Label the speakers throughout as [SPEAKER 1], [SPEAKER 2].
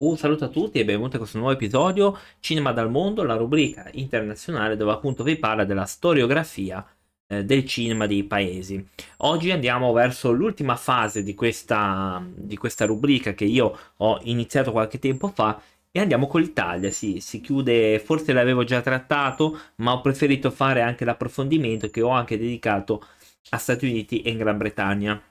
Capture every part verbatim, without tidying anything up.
[SPEAKER 1] Un saluto a tutti e benvenuti a questo nuovo episodio Cinema dal mondo, la rubrica internazionale dove appunto vi parla della storiografia eh, del cinema dei paesi. Oggi andiamo verso l'ultima fase di questa, di questa rubrica che io ho iniziato qualche tempo fa e andiamo con l'Italia. Sì, si chiude, forse l'avevo già trattato, ma ho preferito fare anche l'approfondimento che ho anche dedicato a Stati Uniti e in Gran Bretagna.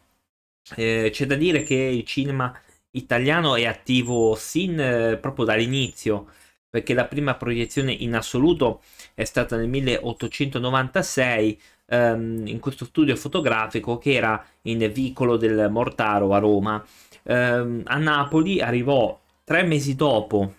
[SPEAKER 1] Eh, c'è da dire che il cinema italiano è attivo sin eh, proprio dall'inizio, perché la prima proiezione in assoluto è stata nel milleottocentonovantasei, ehm, in questo studio fotografico che era in Vicolo del Mortaro a Roma. Ehm, a Napoli arrivò tre mesi dopo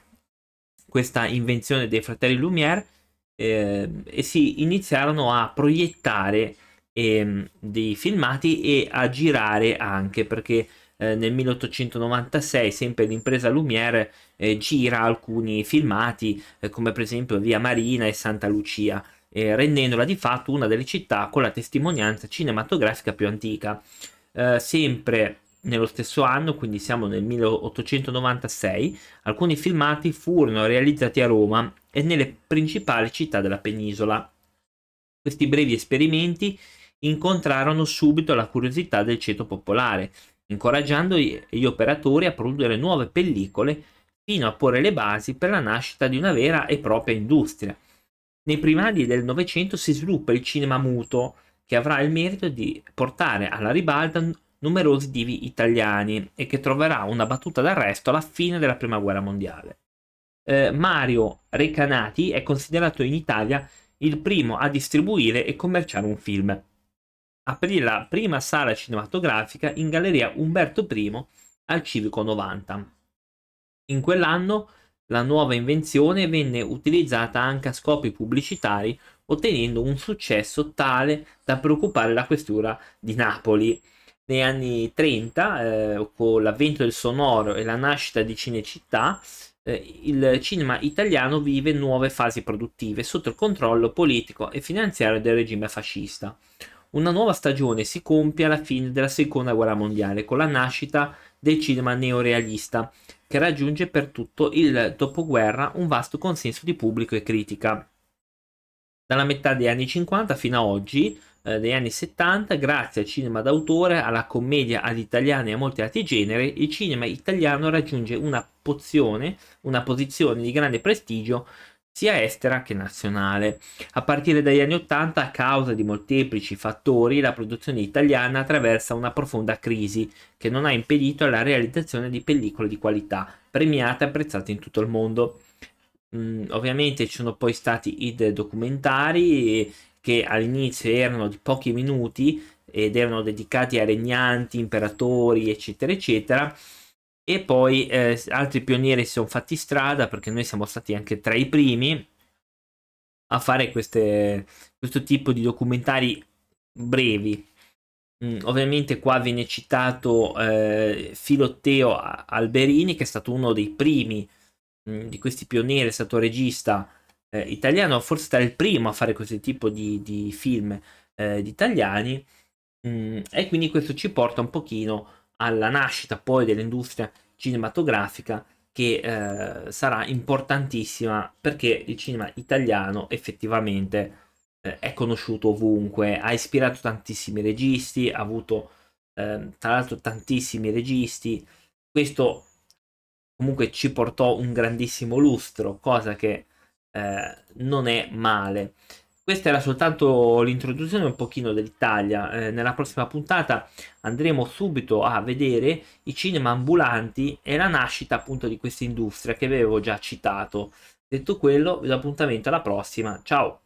[SPEAKER 1] questa invenzione dei fratelli Lumière, eh, e si iniziarono a proiettare ehm, dei filmati e a girare anche perché eh, nel milleottocentonovantasei sempre l'impresa Lumière eh, gira alcuni filmati eh, come per esempio Via Marina e Santa Lucia, eh, rendendola di fatto una delle città con la testimonianza cinematografica più antica. Eh, sempre nello stesso anno, quindi siamo nel milleottocentonovantasei, alcuni filmati furono realizzati a Roma e nelle principali città della penisola. Questi brevi esperimenti incontrarono subito la curiosità del ceto popolare, incoraggiando gli operatori a produrre nuove pellicole fino a porre le basi per la nascita di una vera e propria industria. Nei primi anni del Novecento si sviluppa il cinema muto, che avrà il merito di portare alla ribalta numerosi divi italiani e che troverà una battuta d'arresto alla fine della Prima Guerra Mondiale. Eh, Mario Recanati è considerato in Italia il primo a distribuire e commerciare un film. Aprì la prima sala cinematografica in Galleria Umberto I al Civico novanta. In quell'anno la nuova invenzione venne utilizzata anche a scopi pubblicitari, ottenendo un successo tale da preoccupare la questura di Napoli. Negli anni trenta, eh, con l'avvento del sonoro e la nascita di Cinecittà, eh, il cinema italiano vive nuove fasi produttive sotto il controllo politico e finanziario del regime fascista. Una nuova stagione si compie alla fine della seconda guerra mondiale con la nascita del cinema neorealista, che raggiunge per tutto il dopoguerra un vasto consenso di pubblico e critica. Dalla metà degli anni cinquanta fino a oggi, eh, degli anni settanta, grazie al cinema d'autore, alla commedia all'italiana e a molti altri generi, il cinema italiano raggiunge una pozione, una posizione di grande prestigio sia estera che nazionale. A partire dagli anni ottanta, a causa di molteplici fattori, la produzione italiana attraversa una profonda crisi che non ha impedito la realizzazione di pellicole di qualità, premiate e apprezzate in tutto il mondo. Mm, ovviamente ci sono poi stati i de- documentari che all'inizio erano di pochi minuti ed erano dedicati a regnanti, imperatori, eccetera, eccetera. E poi eh, altri pionieri si sono fatti strada perché noi siamo stati anche tra i primi a fare queste, questo tipo di documentari brevi. Mm, ovviamente qua viene citato eh, Filotteo Alberini, che è stato uno dei primi mm, di questi pionieri, è stato regista eh, italiano, forse stato il primo a fare questo tipo di, di film eh, di italiani. Mm, e quindi questo ci porta un pochino alla nascita poi dell'industria cinematografica che eh, sarà importantissima perché il cinema italiano effettivamente eh, è conosciuto ovunque, ha ispirato tantissimi registi, ha avuto eh, tra l'altro tantissimi registi. Questo comunque ci portò un grandissimo lustro, cosa che eh, non è male. Questa era soltanto l'introduzione un pochino dell'Italia. Eh, nella prossima puntata andremo subito a vedere i cinema ambulanti e la nascita appunto di questa industria che avevo già citato. Detto quello, vi do appuntamento alla prossima. Ciao!